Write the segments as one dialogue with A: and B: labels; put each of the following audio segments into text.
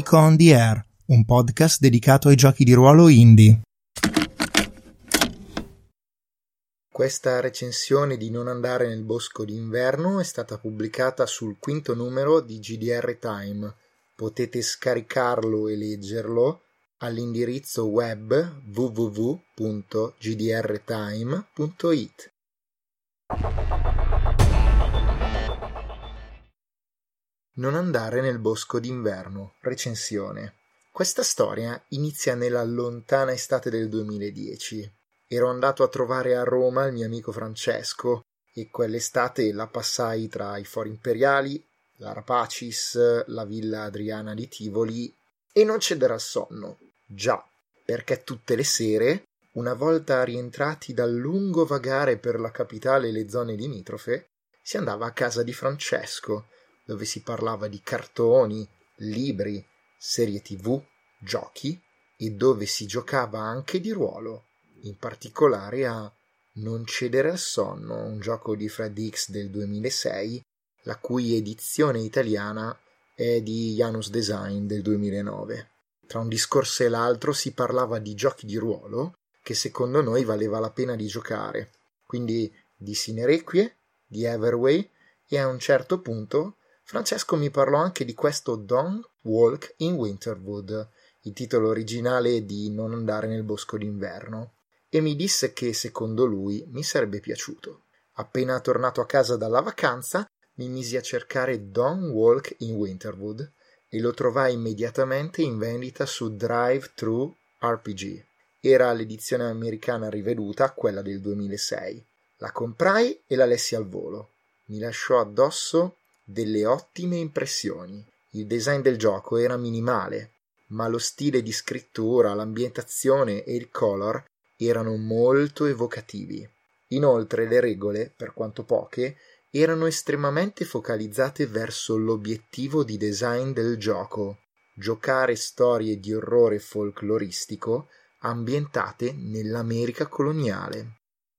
A: Nico on the Air, un podcast dedicato ai giochi di ruolo indie. Questa recensione di Non andare nel bosco d'inverno è stata pubblicata sul 5° numero di GDR Time. Potete scaricarlo e leggerlo all'indirizzo web www.gdrtime.it. Non andare nel bosco d'inverno, recensione. Questa storia inizia nella lontana estate del 2010. Ero andato a trovare a Roma il mio amico Francesco e quell'estate la passai tra i Fori Imperiali, la Rapacis, la Villa Adriana di Tivoli e non cedere al sonno. Già, perché tutte le sere, una volta rientrati dal lungo vagare per la capitale e le zone limitrofe, si andava a casa di Francesco, dove si parlava di cartoni, libri, serie TV, giochi e dove si giocava anche di ruolo. In particolare a Non cedere al sonno, un gioco di Fred Hicks del 2006, la cui edizione italiana è di Janus Design del 2009. Tra un discorso e l'altro si parlava di giochi di ruolo che secondo noi valeva la pena di giocare, quindi di Sinerequie, di Everway, e a un certo punto Francesco mi parlò anche di questo Don't Walk in Winterwood, il titolo originale di Non andare nel bosco d'inverno, e mi disse che secondo lui mi sarebbe piaciuto. Appena tornato a casa dalla vacanza mi misi a cercare Don't Walk in Winterwood e lo trovai immediatamente in vendita su Drive-Thru RPG. Era l'edizione americana riveduta, quella del 2006. La comprai e la lessi al volo. Mi lasciò addosso delle ottime impressioni. Il design del gioco era minimale, ma lo stile di scrittura, l'ambientazione e il color erano molto evocativi. Inoltre le regole, per quanto poche, erano estremamente focalizzate verso l'obiettivo di design del gioco: giocare storie di orrore folcloristico ambientate nell'America coloniale.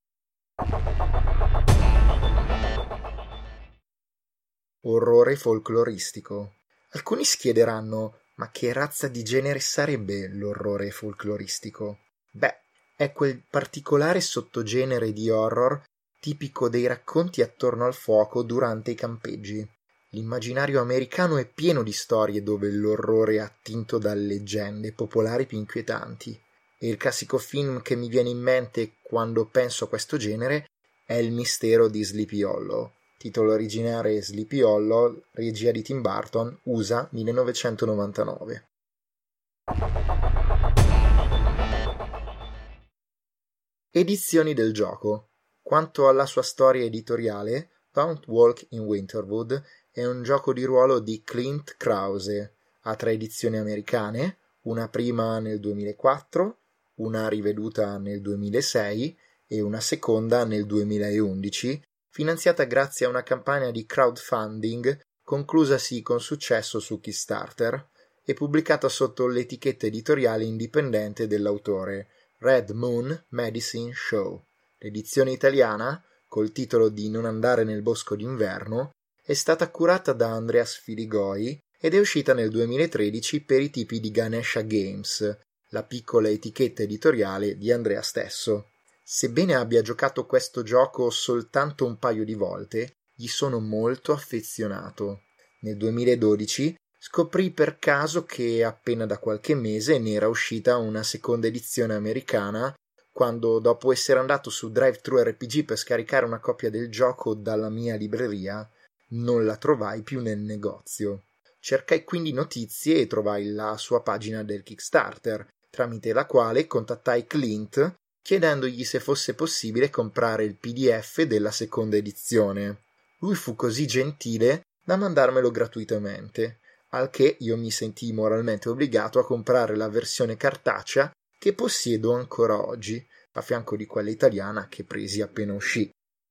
A: Orrore folcloristico. Alcuni si chiederanno: ma che razza di genere sarebbe l'orrore folcloristico? Beh, è quel particolare sottogenere di horror tipico dei racconti attorno al fuoco durante i campeggi. L'immaginario americano è pieno di storie dove l'orrore è attinto da leggende popolari più inquietanti, e il classico film che mi viene in mente quando penso a questo genere è Il mistero di Sleepy Hollow. Titolo originale Sleepy Hollow, regia di Tim Burton, USA 1999. Edizioni del gioco. Quanto alla sua storia editoriale, Don't Walk in Winterwood è un gioco di ruolo di Clint Krause. Ha 3 edizioni americane, una prima nel 2004, una riveduta nel 2006 e una seconda nel 2011, finanziata grazie a una campagna di crowdfunding conclusasi con successo su Kickstarter e pubblicata sotto l'etichetta editoriale indipendente dell'autore, Red Moon Medicine Show. L'edizione italiana, col titolo di Non andare nel bosco d'inverno, è stata curata da Andreas Filigoi ed è uscita nel 2013 per i tipi di Ganesha Games, la piccola etichetta editoriale di Andrea stesso. Sebbene abbia giocato questo gioco soltanto un paio di volte, gli sono molto affezionato. Nel 2012 scoprì per caso che appena da qualche mese ne era uscita una seconda edizione americana, quando, dopo essere andato su Drive-Thru RPG per scaricare una copia del gioco dalla mia libreria, non la trovai più nel negozio. Cercai quindi notizie e trovai la sua pagina del Kickstarter, tramite la quale contattai Clint chiedendogli se fosse possibile comprare il PDF della seconda edizione. Lui fu così gentile da mandarmelo gratuitamente, al che io mi sentii moralmente obbligato a comprare la versione cartacea che possiedo ancora oggi, a fianco di quella italiana che presi appena uscì.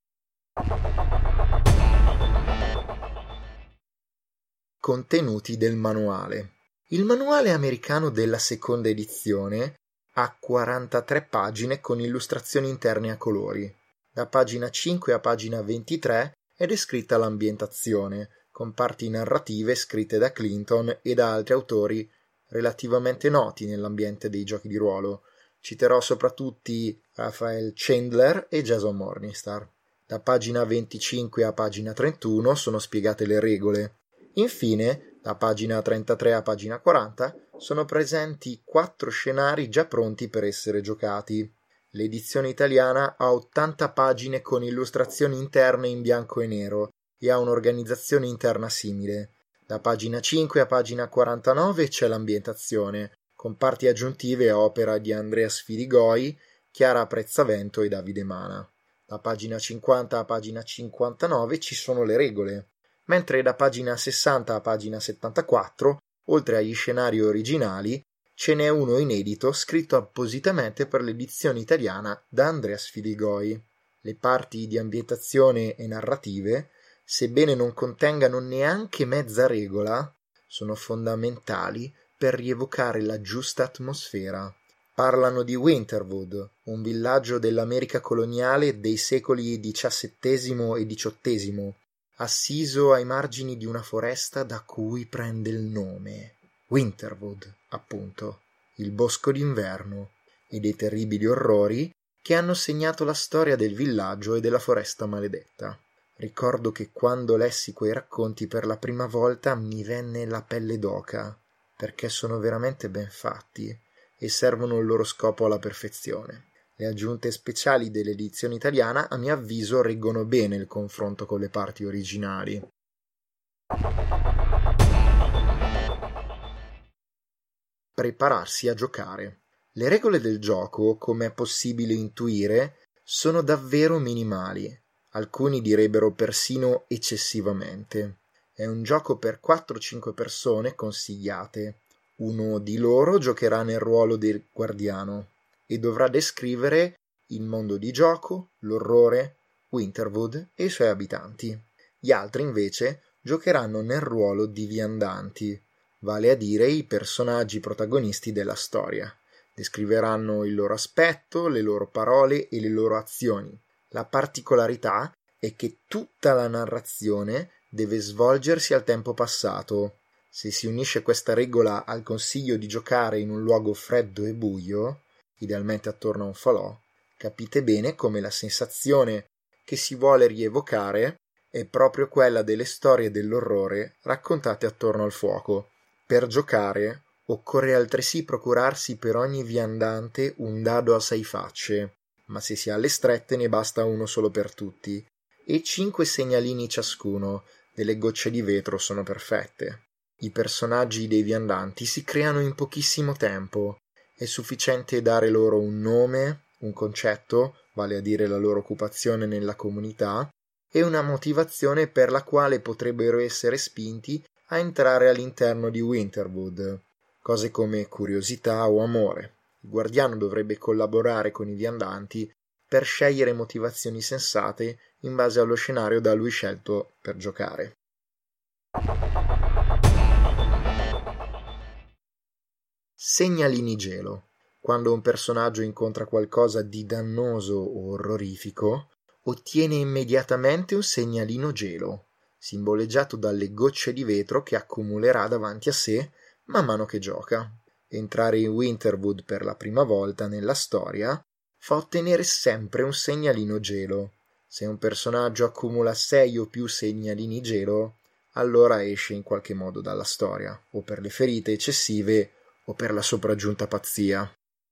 A: Contenuti del manuale. Il manuale americano della seconda edizione ha 43 pagine con illustrazioni interne a colori. Da pagina 5 a pagina 23 è descritta l'ambientazione, con parti narrative scritte da Clinton e da altri autori relativamente noti nell'ambiente dei giochi di ruolo. Citerò soprattutto Raphael Chandler e Jason Morningstar. Da pagina 25 a pagina 31 sono spiegate le regole. Infine, da pagina 33 a pagina 40 sono presenti 4 scenari già pronti per essere giocati. L'edizione italiana ha 80 pagine con illustrazioni interne in bianco e nero e ha un'organizzazione interna simile. Da pagina 5 a pagina 49 c'è l'ambientazione, con parti aggiuntive a opera di Andrea Sfidigoi, Chiara Prezzavento e Davide Mana. Da pagina 50 a pagina 59 ci sono le regole, mentre da pagina 60 a pagina 74, oltre agli scenari originali, ce n'è uno inedito scritto appositamente per l'edizione italiana da Andrea Sfidigoi. Le parti di ambientazione e narrative, sebbene non contengano neanche mezza regola, sono fondamentali per rievocare la giusta atmosfera. Parlano di Winterwood, un villaggio dell'America coloniale dei secoli XVII e XVIII, assiso ai margini di una foresta da cui prende il nome. Winterwood, appunto, il bosco d'inverno, e dei terribili orrori che hanno segnato la storia del villaggio e della foresta maledetta. Ricordo che quando lessi quei racconti per la prima volta mi venne la pelle d'oca, perché sono veramente ben fatti e servono il loro scopo alla perfezione. Le aggiunte speciali dell'edizione italiana, a mio avviso, reggono bene il confronto con le parti originali. Prepararsi a giocare. Le regole del gioco, come è possibile intuire, sono davvero minimali. Alcuni direbbero persino eccessivamente. È un gioco per 4-5 persone consigliate. Uno di loro giocherà nel ruolo del guardiano e dovrà descrivere il mondo di gioco, l'orrore, Winterwood e i suoi abitanti. Gli altri invece giocheranno nel ruolo di viandanti, vale a dire i personaggi protagonisti della storia. Descriveranno il loro aspetto, le loro parole e le loro azioni. La particolarità è che tutta la narrazione deve svolgersi al tempo passato. Se si unisce questa regola al consiglio di giocare in un luogo freddo e buio, idealmente attorno a un falò, capite bene come la sensazione che si vuole rievocare è proprio quella delle storie dell'orrore raccontate attorno al fuoco. Per giocare occorre altresì procurarsi per ogni viandante un dado a 6 facce, ma se si ha le strette ne basta uno solo per tutti, e 5 segnalini ciascuno, delle gocce di vetro sono perfette. I personaggi dei viandanti si creano in pochissimo tempo. È sufficiente dare loro un nome, un concetto, vale a dire la loro occupazione nella comunità, e una motivazione per la quale potrebbero essere spinti a entrare all'interno di Winterwood, cose come curiosità o amore. Il guardiano dovrebbe collaborare con i viandanti per scegliere motivazioni sensate in base allo scenario da lui scelto per giocare. Segnalini gelo. Quando un personaggio incontra qualcosa di dannoso o orrorifico, ottiene immediatamente un segnalino gelo, simboleggiato dalle gocce di vetro che accumulerà davanti a sé man mano che gioca. Entrare in Winterwood per la prima volta nella storia fa ottenere sempre un segnalino gelo. Se un personaggio accumula 6 o più segnalini gelo, allora esce in qualche modo dalla storia, o per le ferite eccessive o per la sopraggiunta pazzia.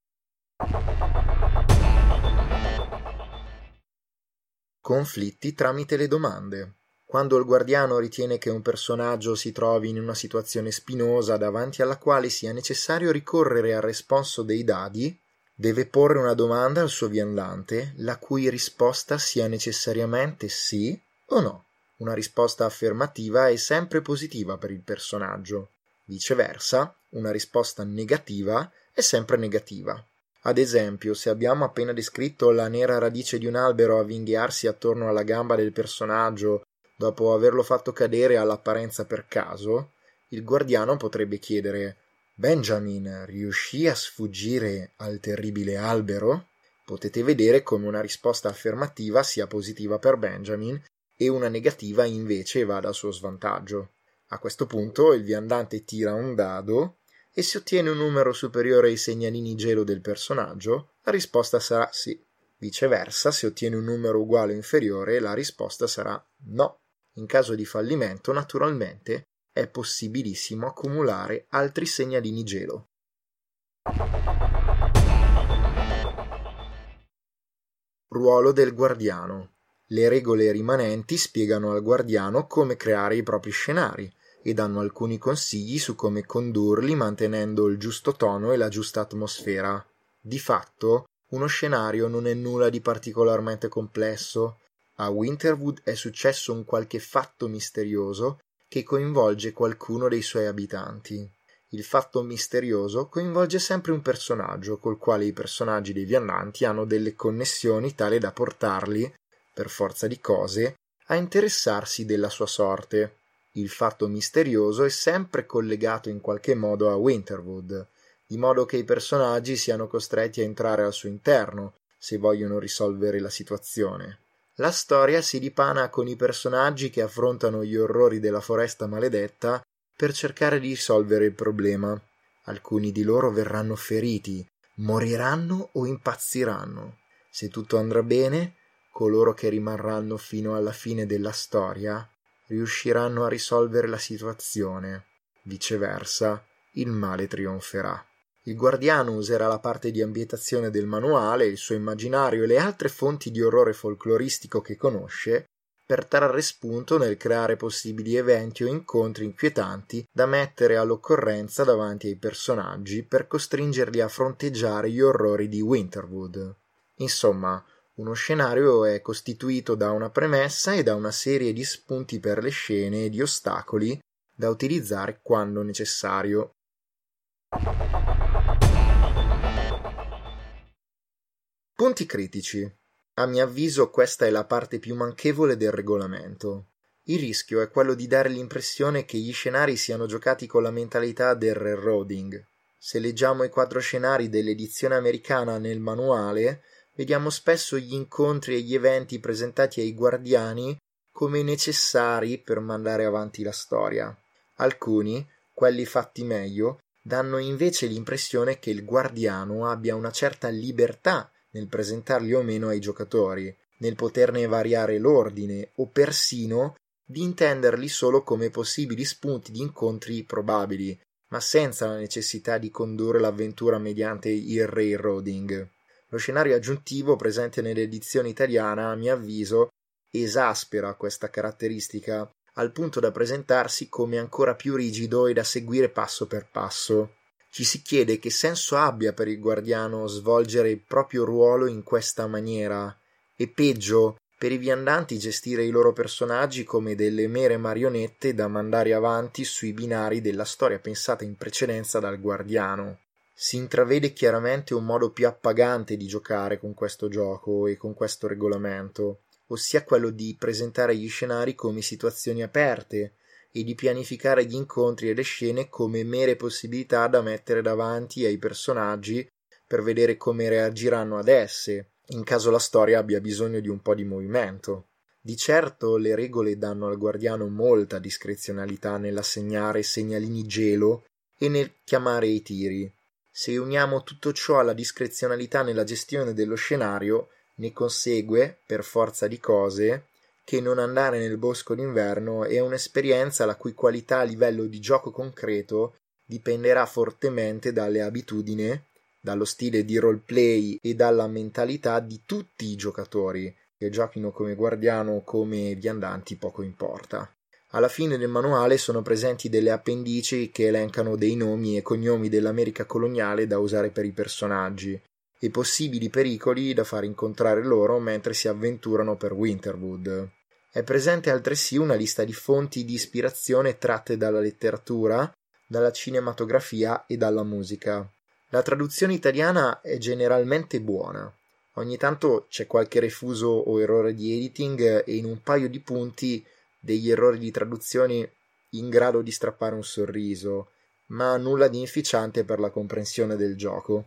A: Conflitti tramite le domande. Quando il guardiano ritiene che un personaggio si trovi in una situazione spinosa davanti alla quale sia necessario ricorrere al responso dei dadi, deve porre una domanda al suo viandante, la cui risposta sia necessariamente sì o no. Una risposta affermativa è sempre positiva per il personaggio. Viceversa, una risposta negativa è sempre negativa. Ad esempio, se abbiamo appena descritto la nera radice di un albero avvinghiarsi attorno alla gamba del personaggio dopo averlo fatto cadere all'apparenza per caso, il guardiano potrebbe chiedere: Benjamin riuscì a sfuggire al terribile albero? Potete vedere come una risposta affermativa sia positiva per Benjamin e una negativa invece vada a suo svantaggio. A questo punto il viandante tira un dado E se ottiene un numero superiore ai segnalini gelo del personaggio, la risposta sarà sì. Viceversa, se ottiene un numero uguale o inferiore, la risposta sarà no. In caso di fallimento, naturalmente, è possibilissimo accumulare altri segnalini gelo. Ruolo del guardiano. Le regole rimanenti spiegano al guardiano come creare i propri scenari e danno alcuni consigli su come condurli mantenendo il giusto tono e la giusta atmosfera. Di fatto, uno scenario non è nulla di particolarmente complesso. A Winterwood è successo un qualche fatto misterioso che coinvolge qualcuno dei suoi abitanti. Il fatto misterioso coinvolge sempre un personaggio col quale i personaggi dei viandanti hanno delle connessioni tale da portarli, per forza di cose, a interessarsi della sua sorte. Il fatto misterioso è sempre collegato in qualche modo a Winterwood, di modo che i personaggi siano costretti a entrare al suo interno se vogliono risolvere la situazione. La storia si dipana con i personaggi che affrontano gli orrori della foresta maledetta per cercare di risolvere il problema. Alcuni di loro verranno feriti, moriranno o impazziranno. Se tutto andrà bene, coloro che rimarranno fino alla fine della storia riusciranno a risolvere la situazione. Viceversa, il male trionferà. Il guardiano userà la parte di ambientazione del manuale, il suo immaginario e le altre fonti di orrore folcloristico che conosce per trarre spunto nel creare possibili eventi o incontri inquietanti da mettere all'occorrenza davanti ai personaggi per costringerli a fronteggiare gli orrori di Winterwood. Insomma, uno scenario è costituito da una premessa e da una serie di spunti per le scene e di ostacoli da utilizzare quando necessario. Punti critici. A mio avviso questa è la parte più manchevole del regolamento. Il rischio è quello di dare l'impressione che gli scenari siano giocati con la mentalità del railroading. Se leggiamo i 4 scenari dell'edizione americana nel manuale, vediamo spesso gli incontri e gli eventi presentati ai guardiani come necessari per mandare avanti la storia. Alcuni, quelli fatti meglio, danno invece l'impressione che il guardiano abbia una certa libertà nel presentarli o meno ai giocatori, nel poterne variare l'ordine o persino di intenderli solo come possibili spunti di incontri probabili, ma senza la necessità di condurre l'avventura mediante il railroading. Lo scenario aggiuntivo presente nell'edizione italiana, a mio avviso, esaspera questa caratteristica al punto da presentarsi come ancora più rigido e da seguire passo per passo. Ci si chiede che senso abbia per il guardiano svolgere il proprio ruolo in questa maniera e, peggio, per i viandanti gestire i loro personaggi come delle mere marionette da mandare avanti sui binari della storia pensata in precedenza dal guardiano. Si intravede chiaramente un modo più appagante di giocare con questo gioco e con questo regolamento, ossia quello di presentare gli scenari come situazioni aperte e di pianificare gli incontri e le scene come mere possibilità da mettere davanti ai personaggi per vedere come reagiranno ad esse, in caso la storia abbia bisogno di un po' di movimento. Di certo le regole danno al guardiano molta discrezionalità nell'assegnare segnalini gelo e nel chiamare i tiri. Se uniamo tutto ciò alla discrezionalità nella gestione dello scenario, ne consegue, per forza di cose, che non andare nel bosco d'inverno è un'esperienza la cui qualità a livello di gioco concreto dipenderà fortemente dalle abitudini, dallo stile di roleplay e dalla mentalità di tutti i giocatori, che giochino come guardiano o come viandanti poco importa. Alla fine del manuale sono presenti delle appendici che elencano dei nomi e cognomi dell'America coloniale da usare per i personaggi e possibili pericoli da far incontrare loro mentre si avventurano per Winterwood. È presente altresì una lista di fonti di ispirazione tratte dalla letteratura, dalla cinematografia e dalla musica. La traduzione italiana è generalmente buona. Ogni tanto c'è qualche refuso o errore di editing e in un paio di punti degli errori di traduzione in grado di strappare un sorriso, ma nulla di inficiante per la comprensione del gioco.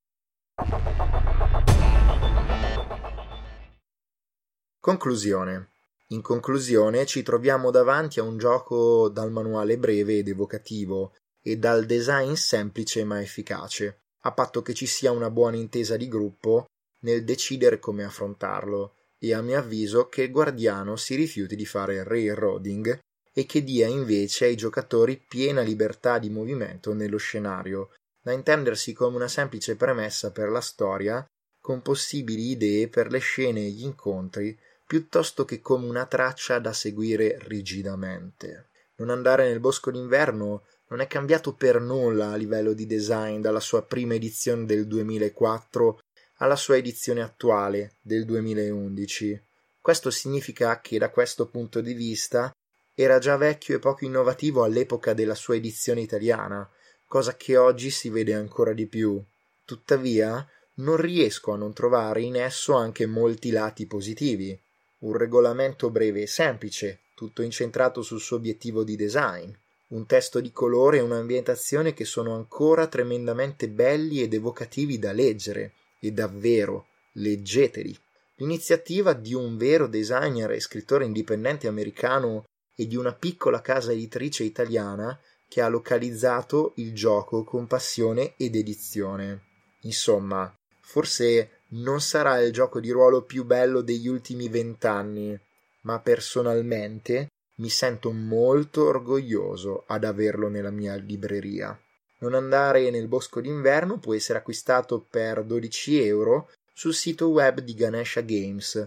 A: Conclusione. In conclusione ci troviamo davanti a un gioco dal manuale breve ed evocativo e dal design semplice ma efficace, a patto che ci sia una buona intesa di gruppo nel decidere come affrontarlo, e a mio avviso che il guardiano si rifiuti di fare railroading e che dia invece ai giocatori piena libertà di movimento nello scenario, da intendersi come una semplice premessa per la storia, con possibili idee per le scene e gli incontri, piuttosto che come una traccia da seguire rigidamente. Non andare nel bosco d'inverno non è cambiato per nulla a livello di design dalla sua prima edizione del 2004 alla sua edizione attuale del 2011. Questo significa che da questo punto di vista era già vecchio e poco innovativo all'epoca della sua edizione italiana, cosa che oggi si vede ancora di più. Tuttavia, non riesco a non trovare in esso anche molti lati positivi. Un regolamento breve e semplice, tutto incentrato sul suo obiettivo di design, un testo di colore e un'ambientazione che sono ancora tremendamente belli ed evocativi da leggere, e davvero, leggeteli. L'iniziativa di un vero designer e scrittore indipendente americano e di una piccola casa editrice italiana che ha localizzato il gioco con passione ed dedizione. Insomma, forse non sarà il gioco di ruolo più bello degli ultimi 20 anni, ma personalmente mi sento molto orgoglioso ad averlo nella mia libreria. Non andare nel bosco d'inverno può essere acquistato per 12 euro sul sito web di Ganesha Games,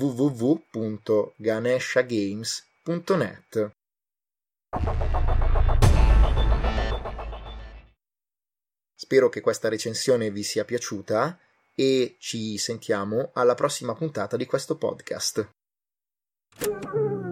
A: www.ganeshagames.net. Spero che questa recensione vi sia piaciuta e ci sentiamo alla prossima puntata di questo podcast.